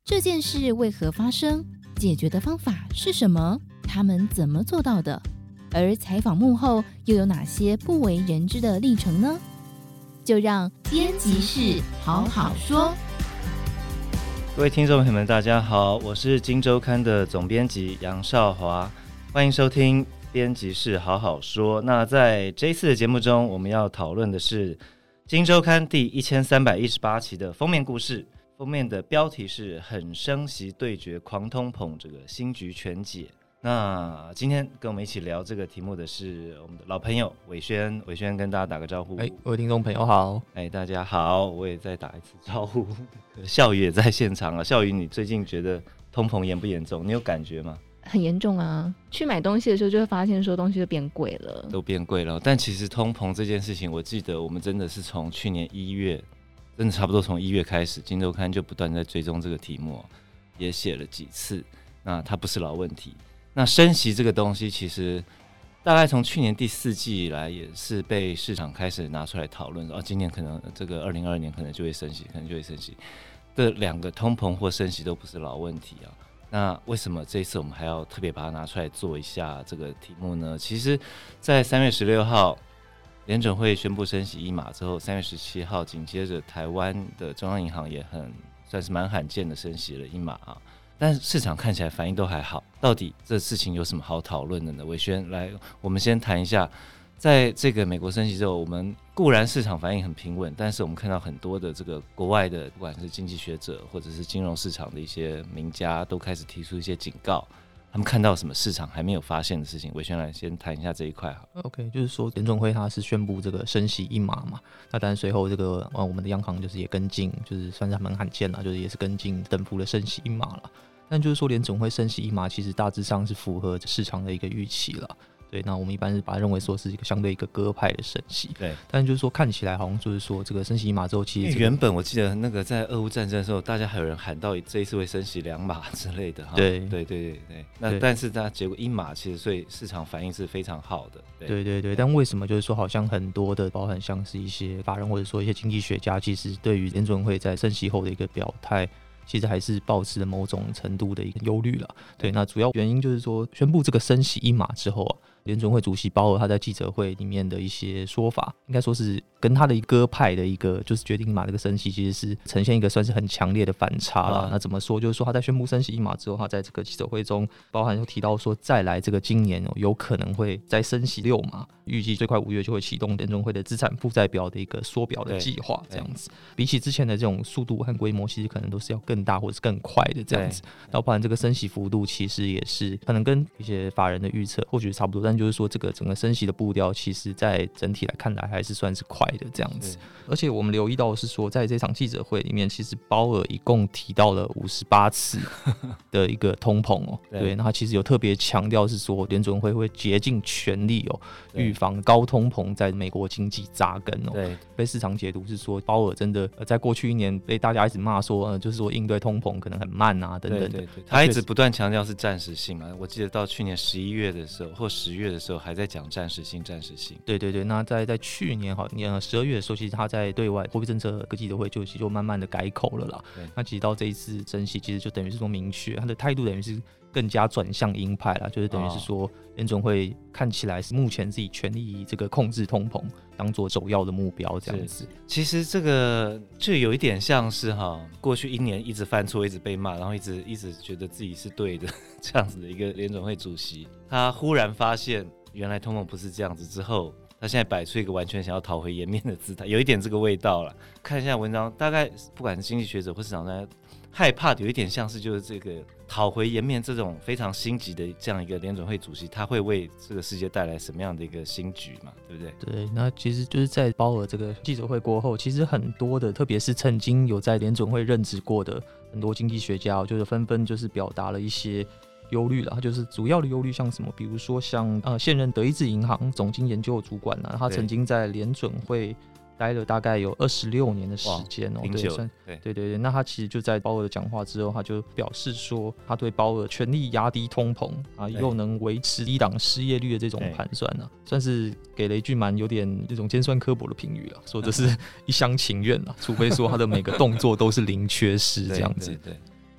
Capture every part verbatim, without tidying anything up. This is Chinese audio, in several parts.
这件事为何发生？解决的方法是什么？他们怎么做到的？而采访幕后又有哪些不为人知的历程呢？就让编辑室好好说。 各位听众朋友们大家好，我是今周刊的总编辑杨少华，欢迎收听编辑室好好说。那在这一次的节目中，我们要讨论的是今周刊第一千三百一十八期的封面故事，封面的标题是很升息对决狂通膨，这个新局全解。那今天跟我们一起聊这个题目的是我们的老朋友伟轩，伟轩跟大家打个招呼。 哎，各位听众朋友好。 哎，大家好，我也再打一次招呼。孝宇也在现场了，孝宇，你最近觉得通膨严不严重？你有感觉吗？ 很严重啊！去买东西的时候就会发现说东西都变贵了， 都变贵了。但其实通膨这件事情，我记得我们真的是从去年一月，真的差不多从一月开始，今周刊就不断在追踪这个题目，也写了几次。那它不是老问题。那升息这个东西，其实大概从去年第四季以来，也是被市场开始拿出来讨论。哦，今年可能这个二零二二年可能就会升息，可能就会升息。这两个通膨或升息都不是老问题啊。那为什么这一次我们还要特别把它拿出来做一下这个题目呢？其实，在三月十六号联准会宣布升息一码之后，三月十七号紧接着台湾的中央银行也很算是蛮罕见的升息了一码啊。但市场看起来反应都还好，到底这事情有什么好讨论的呢？伟轩，来，我们先谈一下，在这个美国升息之后，我们固然市场反应很平稳，但是我们看到很多的这个国外的，不管是经济学者或者是金融市场的一些名家，都开始提出一些警告，他们看到什么市场还没有发现的事情。伟轩，来先谈一下这一块好。 OK， 就是说联准会它是宣布这个升息一码嘛，那当然随后这个、呃、我们的央行就是也跟进，就是算是蛮罕见啦，就是也是跟进等幅的升息一码了。但就是说联准会升息一码，其实大致上是符合市场的一个预期了。对，那我们一般是把它认为说是一个相对一个鸽派的升息。对，但就是说看起来好像就是说这个升息一码之后，其实、这个、 原本我记得那个在俄乌战争的时候，大家还有人喊到这一次会升息两码之类的。 对， 对对对对。那对但是它结果一码，其实所以市场反应是非常好的。 对对 对, 对。但为什么就是说好像很多的，包含像是一些法人或者说一些经济学家，其实对于联准会在升息后的一个表态，其实还是抱持了某种程度的一个忧虑了。对，那主要原因就是说，宣布这个升息一码之后啊，联准会主席鲍尔他在记者会里面的一些说法，应该说是跟他的一个鸽派的一个就是决定一码这个升息，其实是呈现一个算是很强烈的反差了、啊。那怎么说？就是说他在宣布升息一码之后，他在这个记者会中，包含又提到说，再来这个今年、哦、有可能会再升息六码，预计最快五月就会启动联准会的资产负债表的一个缩表的计划，这样子。比起之前的这种速度和规模，其实可能都是要更大或者是更快的这样子。然后包含这个升息幅度，其实也是可能跟一些法人的预测或许差不多，但就是说这个整个升息的步调，其实在整体来看来还是算是快的这样子。而且我们留意到的是说，在这场记者会里面，其实鲍尔一共提到了五十八次的一个通膨哦。对，那他其实有特别强调是说，联准会会竭尽全力哦，预防高通膨在美国经济扎根哦。对，被市场解读是说，鲍尔真的在过去一年被大家一直骂说，呃，就是说应对通膨可能很慢啊等等的。对对对， 他一直不断强调是暂时性嘛。我记得到去年十一月的时候或十月的时候，还在讲暂时性，暂时性。 对对对，那在在去年好年十二月的时候，其实他在对外货币政策个记者会就就慢慢的改口了啦。那其实到这一次升息，其实就等于是说明确他的态度，等于是更加转向鹰派啦，就是等于是说联准会看起来是目前自己全力以这个控制通膨当做首要的目标这样子。 其实这个就有一点像是哈，过去一年一直犯错，一直被骂，然后一直一直觉得自己是对的这样子的一个联准会主席，他忽然发现原来通膨不是这样子之后，他现在摆出一个完全想要讨回颜面的姿态，有一点这个味道了。看一下文章，大概不管是经济学者或市场家害怕的，有一点像是就是这个讨回颜面这种非常心急的这样一个联准会主席，他会为这个世界带来什么样的一个新局嘛？对不对？ 对，那其实就是在鲍尔这个记者会过后，其实很多的，特别是曾经有在联准会任职过的很多经济学家，就是纷纷就是表达了一些忧虑啦，就是主要的忧虑像什么，比如说像呃现任德意志银行总经研究主管啊，他曾经在联准会待了大概有二十六年的时间哦， 对， 对对对对，那他其实就在鲍尔的讲话之后，他就表示说，他对鲍尔全力压低通膨啊，又能维持低档失业率的这种盘算啊，算是给了一句蛮有点这种尖酸刻薄的评语了，说这是一厢情愿啦，除非说他的每个动作都是零缺失这样子。对对对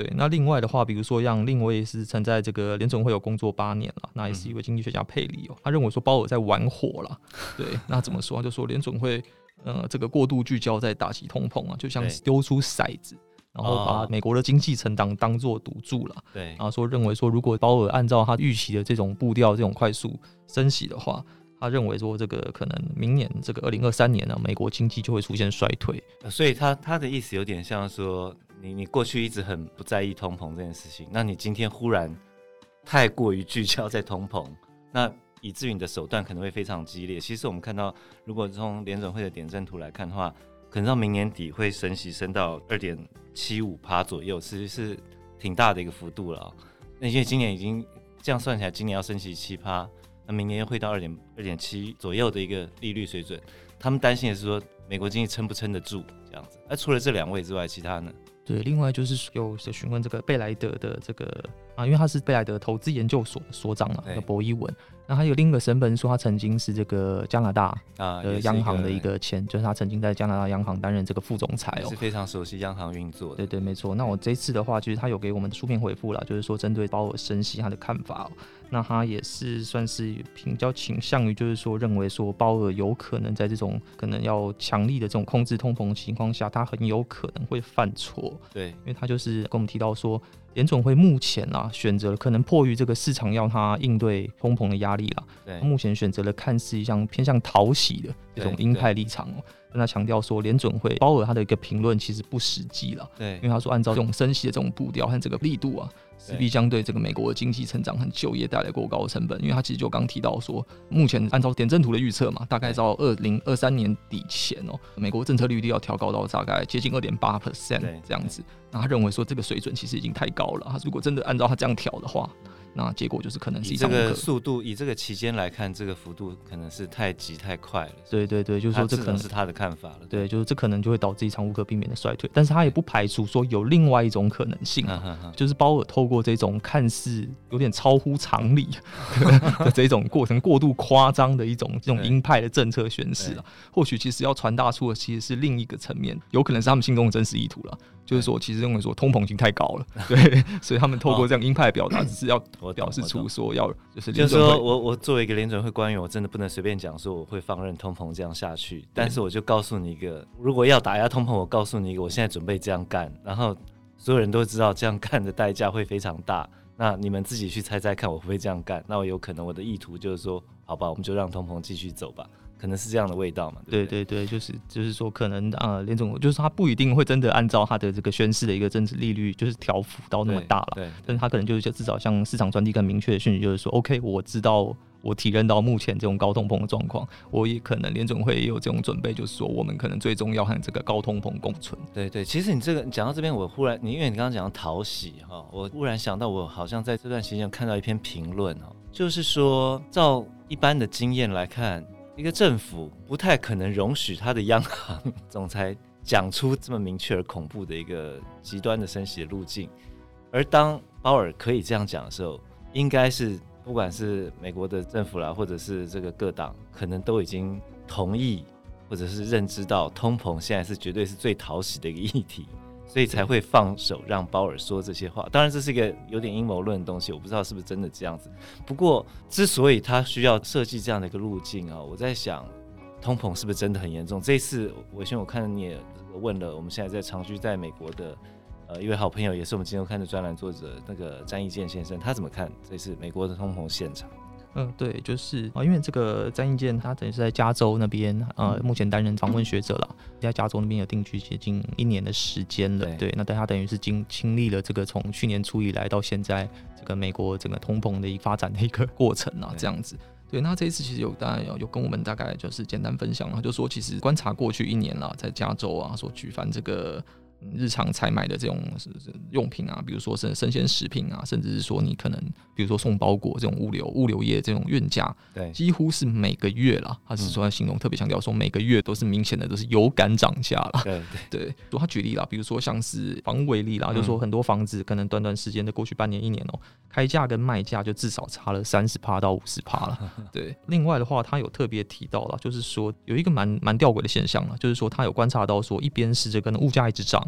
对，那另外的话，比如说像另外也是曾在这个联准会有工作八年了，那也是一位经济学家佩里哦，他认为说鲍尔在玩火了。对，那怎么说？他就说联准会呃这个过度聚焦在打击通膨啊，就像丢出骰子。然后把美国的经济成长当作赌注了，对，然后说认为说，如果鲍尔按照他预期的这种步调、这种快速升息的话，他认为说这个可能明年这个二零二三年呢，美国经济就会出现衰退。 所以他他的意思有点像说，你你过去一直很不在意通膨这件事情，那你今天忽然太过于聚焦在通膨，那以至于你的手段可能会非常激烈。其实我们看到，如果从联准会的点阵图来看的话，可能到明年底会升息升到 二点七五 左右，其实是挺大的一个幅度了、哦。那因为今年已经这样算起来，今年要升息 百分之七， 那明年又会到 二点七 左右的一个利率水准。他们担心的是说，美国经济撑不撑得住这样子。那除了这两位之外，其他呢？ 对，另外就是有询问这个贝莱德的这个啊，因为他是贝莱德投资研究所的所长嘛，那个博伊文。那还有另一个身份说，他曾经是这个加拿大的央行的一个前，就是他曾经在加拿大央行担任这个副总裁哦， 是非常熟悉央行运作的。 对对，没错。那我这次的话，其实他有给我们的书面回复啦，就是说针对鲍尔升息他的看法、哦，那他也是算是比较倾向于，就是说认为说鲍尔有可能在这种可能要强力的这种控制通膨的情况下，他很有可能会犯错。 对， 因为他就是跟我们提到说，联准会目前啊选择了可能迫于这个市场要他应对通膨的压力啦，对，目前选择了看似像偏向讨喜的这种鹰派立场哦。但他强调说，联准会鲍尔他的一个评论其实不实际啦，对，因为他说按照这种升息的这种步调和这个力度啊，势必将对这个美国的经济成长和就业带来过高的成本。因为他其实就刚提到说，目前按照点阵图的预测嘛，大概到二零二三年底前哦，美国政策利率要调高到大概接近 百分之二点八 这样子。那他认为说这个水准其实已经太高了，他如果真的按照他这样调的话，那结果就是可能是一场以这个速度，以这个期间来看，这个幅度可能是太急太快了。 对对对，就是说这可能是他的看法了。 对，就是这可能就会导致一场无可避免的衰退。但是他也不排除说有另外一种可能性、啊，呵呵就是鲍尔透过这种看似有点超乎常理的这种过程过度夸张的一种这种鹰派的政策宣示啊，或许其实要传达出的其实是另一个层面，有可能是他们心中的真实意图了。就是说，其实认为说通膨已经太高了，对，所以他们透过这样鹰派的表达，只是要表示出说要就是就是说我我作为一个联准会官员，我真的不能随便讲说我会放任通膨这样下去，但是我就告诉你一个，如果要打压通膨，我告诉你一个，我现在准备这样干，然后所有人都知道这样干的代价会非常大，那你们自己去猜猜看我会不会这样干？那我有可能我的意图就是说，好吧，我们就让通膨继续走吧。可能是这样的味道嘛？对对 对, 对，就是就是说，可能啊，联总就是他不一定会真的按照他的这个宣示的一个政治利率就是调幅到那么大了，但是他可能就是至少向市场传递更明确的讯息，就是说 ，OK， 我知道我体认到目前这种高通膨的状况，我也可能联总会也有这种准备，就是说我们可能最终要和这个高通膨共存。 对对，其实你这个讲到这边，我忽然你因为你刚刚讲到讨喜哈，我忽然想到我好像在这段时间看到一篇评论哈，就是说照一般的经验来看。一个政府不太可能容许他的央行总裁讲出这么明确而恐怖的一个极端的升息的路径，而当鲍尔可以这样讲的时候，应该是不管是美国的政府啦，或者是这个各党，可能都已经同意或者是认知到通膨现在是绝对是最讨喜的一个议题，所以才会放手让鲍尔说这些话。当然这是一个有点阴谋论的东西，我不知道是不是真的这样子。不过之所以他需要设计这样的一个路径啊，我在想通膨是不是真的很严重。这一次伟轩我看你也问了我们现在在长居在美国的呃一位好朋友，也是我们今天看的专栏作者那个詹义健先生，他怎么看这次美国的通膨现场？ 嗯，对，就是啊，因为这个詹义健他等于是在加州那边，呃，目前担任访问学者了，在加州那边有定居接近一年的时间了。对，对那但他等于是经经历了这个从去年初以来到现在这个美国整个通膨的一个发展的一个过程啊，这样子。对，那这一次其实有大概有跟我们大概就是简单分享，他就说其实观察过去一年啦，在加州啊所举办这个。日常采买的这种用品啊，比如说是生鲜食品啊，甚至是说你可能比如说送包裹这种物流物流业这种运价，对，几乎是每个月啦，他是说他形容特别强调说每个月都是明显的都是有感涨价啦。对对对，说他举例啦，比如说像是房屋为例啦，嗯、就说很多房子可能短短时间的过去半年一年哦、喔，开价跟卖价就至少差了 百分之三十 到 百分之五十 啦。对，另外的话他有特别提到啦，就是说有一个蛮蛮吊诡的现象啦，就是说他有观察到说一边是这个物价一直涨。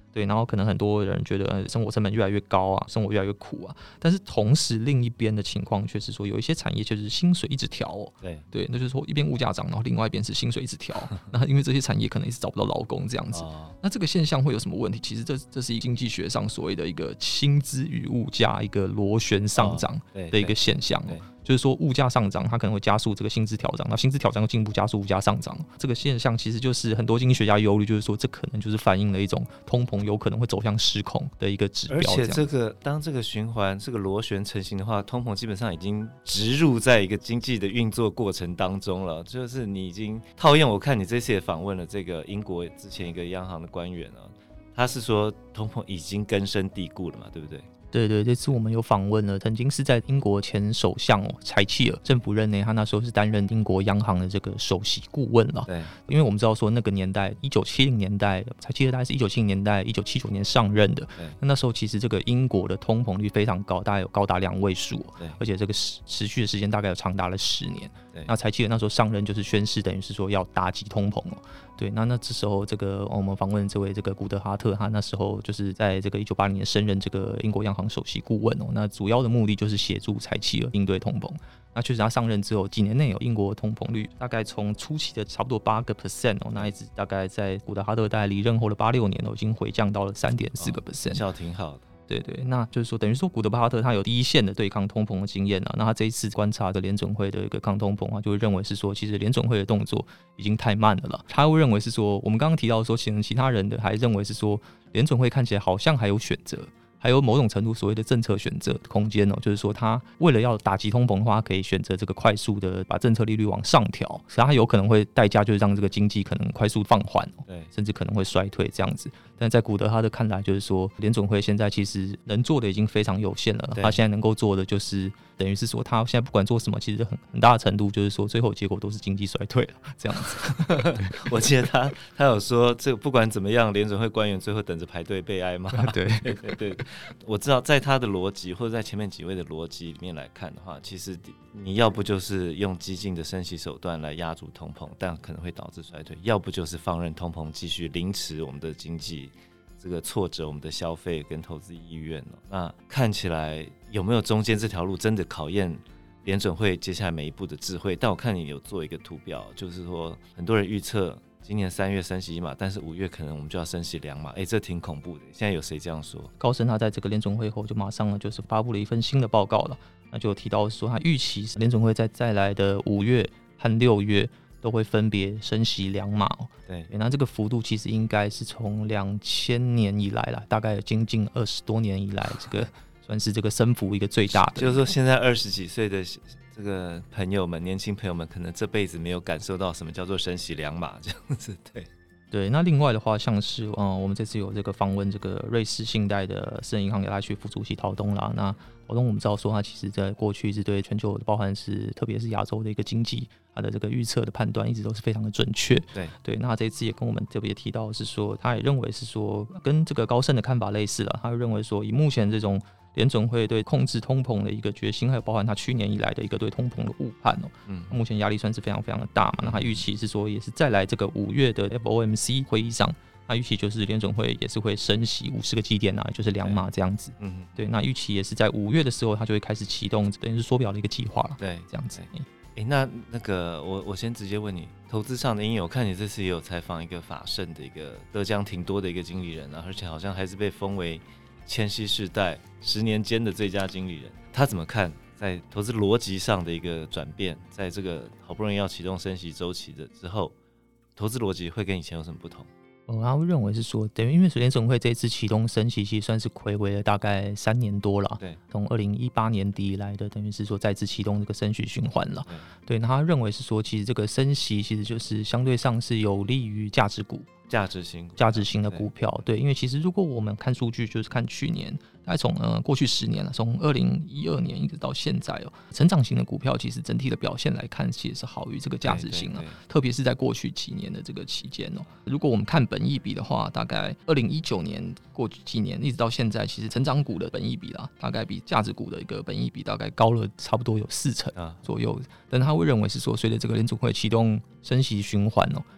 对，然后可能很多人觉得、呃、生活成本越来越高啊，生活越来越苦啊，但是同时另一边的情况却是说，有一些产业确实是薪水一直调哦， 对对，那就是说一边物价涨，然后另外一边是薪水一直调，那因为这些产业可能一直找不到劳工这样子，哦、那这个现象会有什么问题？其实这这是经济学上所谓的一个薪资与物价一个螺旋上涨的一个现象、哦。就是说物价上涨，它可能会加速这个薪资调涨，那薪资调涨又进一步加速物价上涨。这个现象其实就是很多经济学家忧虑，就是说这可能就是反映了一种通膨有可能会走向失控的一个指标。 而且这个当这个循环、这个螺旋成型的话，通膨基本上已经植入在一个经济的运作过程当中了。就是你已经套用，我看你这次也访问了这个英国之前一个央行的官员啊，他是说通膨已经根深蒂固了嘛，对不对？ 对对，这次我们有访问了，曾经是在英国前首相哦柴契尔政府任内，他那时候是担任英国央行的这个首席顾问了。 对， 因为我们知道说那个年代，一九七零年代，柴契尔大概是一九七零年代、一九七九年上任的。那那时候其实这个英国的通膨率非常高，大概有高达两位数、哦，而且这个持续的时间大概有长达了十年。那柴契尔那时候上任就是宣誓，等于是说要打击通膨哦。对，那那这时候这个、哦、我们访问这位这个古德哈特，他那时候就是在这个一九八零年升任这个英国央行首席顾问哦。那主要的目的就是协助柴契尔应对通膨。那确实他上任之后几年内有英国通膨率大概从初期的差不多八个 percent 哦，那一直大概在古德哈特大概离任后的八六年哦，已经回降到了三点四个 percent， 效挺好的。 对对，那就是说，等于说古德巴哈特他有第一线的对抗通膨的经验啊。那他这一次观察的联准会的一个抗通膨啊，就会认为是说，其实联准会的动作已经太慢了啦。他会认为是说，我们刚刚提到说，其实其他人的还认为是说，联准会看起来好像还有选择。还有某种程度所谓的政策选择空间哦，就是说他为了要打击通膨的话，可以选择这个快速的把政策利率往上调，所以他有可能会代价就是让这个经济可能快速放缓、哦，对，甚至可能会衰退这样子。但在古德哈特看来，就是说联准会现在其实能做的已经非常有限了，他现在能够做的就是等于是说他现在不管做什么，其实 很, 很大的程度就是说最后结果都是经济衰退了这样子。 我记得他他有说，这个不管怎么样，联准会官员最后等着排队被挨骂。 对对对对，我知道在他的逻辑或者在前面几位的逻辑里面来看的话，其实你要不就是用激进的升息手段来压住通膨，但可能会导致衰退；要不就是放任通膨继续凌迟我们的经济，这个挫折我们的消费跟投资意愿、哦、那看起来有没有中间这条路真的考验联准会接下来每一步的智慧？但我看你有做一个图表，就是说很多人预测今年三月升息一码，但是五月可能我们就要升息两码，哎，这挺恐怖的。现在有谁这样说？ 高盛他在这个联准会后就马上呢，就是发布了一份新的报告了，那就提到说他预期联准会在再来的五月和六月都会分别升息两码、哦。 对， 那这个幅度其实应该是从两千年以来啦，大概接近二十多年以来，这个算是这个升幅一个最大的。 就是说，现在二十几岁的这个朋友们，年轻朋友们，可能这辈子没有感受到什么叫做升息两码这样子。对。 对，那另外的话，像是嗯，我们这次有这个访问这个瑞士信贷的私人银行亚太区副主席陶东啦。那陶东我们知道说，他其实在过去是对全球包含是特别是亚洲的一个经济，他的这个预测的判断一直都是非常的准确。 对对，那这一次也跟我们特别提到是说，他也认为是说跟这个高盛的看法类似了。他认为说，以目前这种联准会对控制通膨的一个决心，还有包含他去年以来的一个对通膨的误判哦，嗯，目前压力算是非常非常的大嘛。那他预期是说，也是再来这个五月的 F O M C 会议上，他预期就是联准会也是会升息五十个基点啊，就是两码这样子。嗯，对，那预期也是在五月的时候，他就会开始启动，等于是缩表的一个计划了。 对， 这样子。 哎，那那个我我先直接问你，投资上的因有，看你这次也有采访一个法盛的一个得奖挺多的一个经理人啊，而且好像还是被封为千禧世代十年间的最佳经理人，他怎么看在投资逻辑上的一个转变？在这个好不容易要启动升息周期的之后，投资逻辑会跟以前有什么不同？ 哦，他会认为是说，等于因为联准会这一次启动升息，其实算是睽违了大概三年多了。 对， 从二零一八年底以来的，等于是说再次启动这个升息循环了。对，那他认为是说，其实这个升息其实就是相对上是有利于价值股。 价值型价值型的股票， 对, 对，因为其实如果我们看数据，就是看去年，大概从呃过去十年了，从二零一二年一直到现在哦，成长型的股票其实整体的表现来看，其实是好于这个价值型了，特别是在过去几年的这个期间哦。如果我们看本益比的话，大概二零一九年过去几年一直到现在，其实成长股的本益比啦，大概比价值股的一个本益比大概高了差不多有四成左右。但他会认为是说，随着这个联储会启动升息循环哦。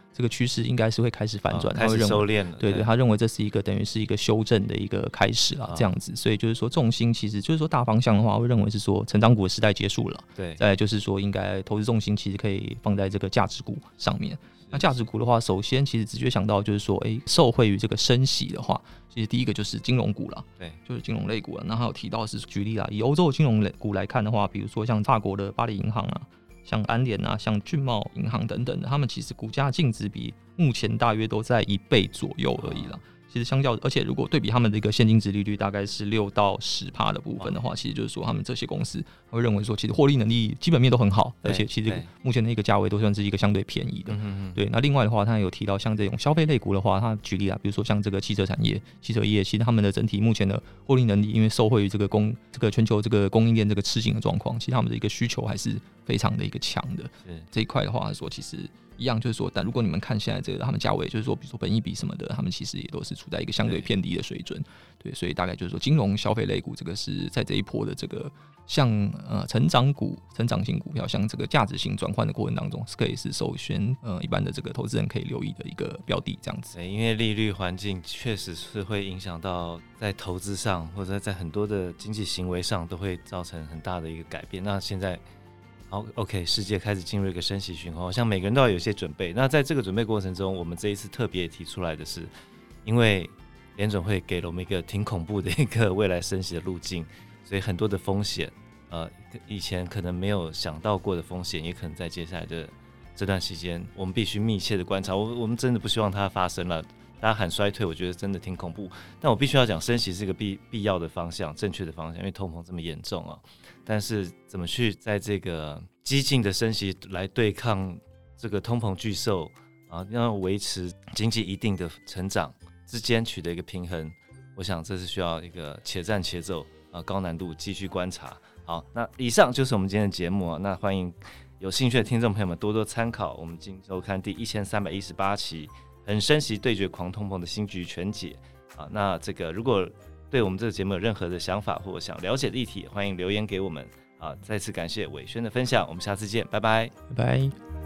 这个趋势应该是会开始反转， 哦、开始收敛了。 对 对, 对，他认为这是一个等于是一个修正的一个开始啦， 哦、 这样子。所以就是说重心其实就是说大方向的话，会认为是说成长股的时代结束了。 对， 再来就是说应该投资重心其实可以放在这个价值股上面。那价值股的话，首先其实直觉想到就是说，哎、欸，受惠于这个升息的话，其实第一个就是金融股啦， 对，就是金融类股了。那还有提到是举例啦，以欧洲的金融类股来看的话，比如说像法国的巴黎银行啊，像安联啊，像俊茂银行等等的，他们其实股价净值比目前大约都在一倍左右而已啦。其实相较，而且如果对比他们的一个现金殖利率大概是六到十趴的部分的话，其实就是说他们这些公司会认为说，其实获利能力基本面都很好，而且其实目前的一个价位都算是一个相对便宜的。对，那另外的话，他有提到像这种消费类股的话，他举例啊，比如说像这个汽车产业、汽车业，其实他们的整体目前的获利能力，因为受惠于这个供这个全球这个供应链这个吃紧的状况，其实他们的一个需求还是非常的一个强的。这一块的话说，其实。一样就是说，但如果你们看现在这个他们价位，就是说，比如说本益比什么的，他们其实也都是处在一个相对偏低的水准，对，所以大概就是说，金融消费类股这个是在这一波的这个像呃成长股、成长型股票，像这个价值型转换的过程当中，是可以是首选呃一般的这个投资人可以留意的一个标的，这样子。 对，因为利率环境确实是会影响到在投资上，或者在很多的经济行为上都会造成很大的一个改变。那现在。好 ，OK， 世界开始进入一个升息循环，好像每个人都要有一些准备。那在这个准备过程中，我们这一次特别提出来的是，因为联准会给了我们一个挺恐怖的一个未来升息的路径，所以很多的风险，呃，以前可能没有想到过的风险，也可能在接下来的这段时间，我们必须密切的观察。我我们真的不希望它发生了。大家喊衰退，我觉得真的挺恐怖。但我必须要讲，升息是一个 必, 必要的方向，正确的方向，因为通膨这么严重啊。但是怎么去在这个激进的升息来对抗这个通膨巨兽啊，要维持经济一定的成长之间取得一个平衡，我想这是需要一个且战且走啊，高难度继续观察。好，那以上就是我们今天的节目啊。那欢迎有兴趣的听众朋友们多多参考我们今周刊第一千三百一十八期。很升息对决狂通膨的新局全解啊！那这个如果对我们这个节目有任何的想法或想了解的议题，欢迎留言给我们啊！再次感谢伟轩的分享，我们下次见，拜拜， 拜拜。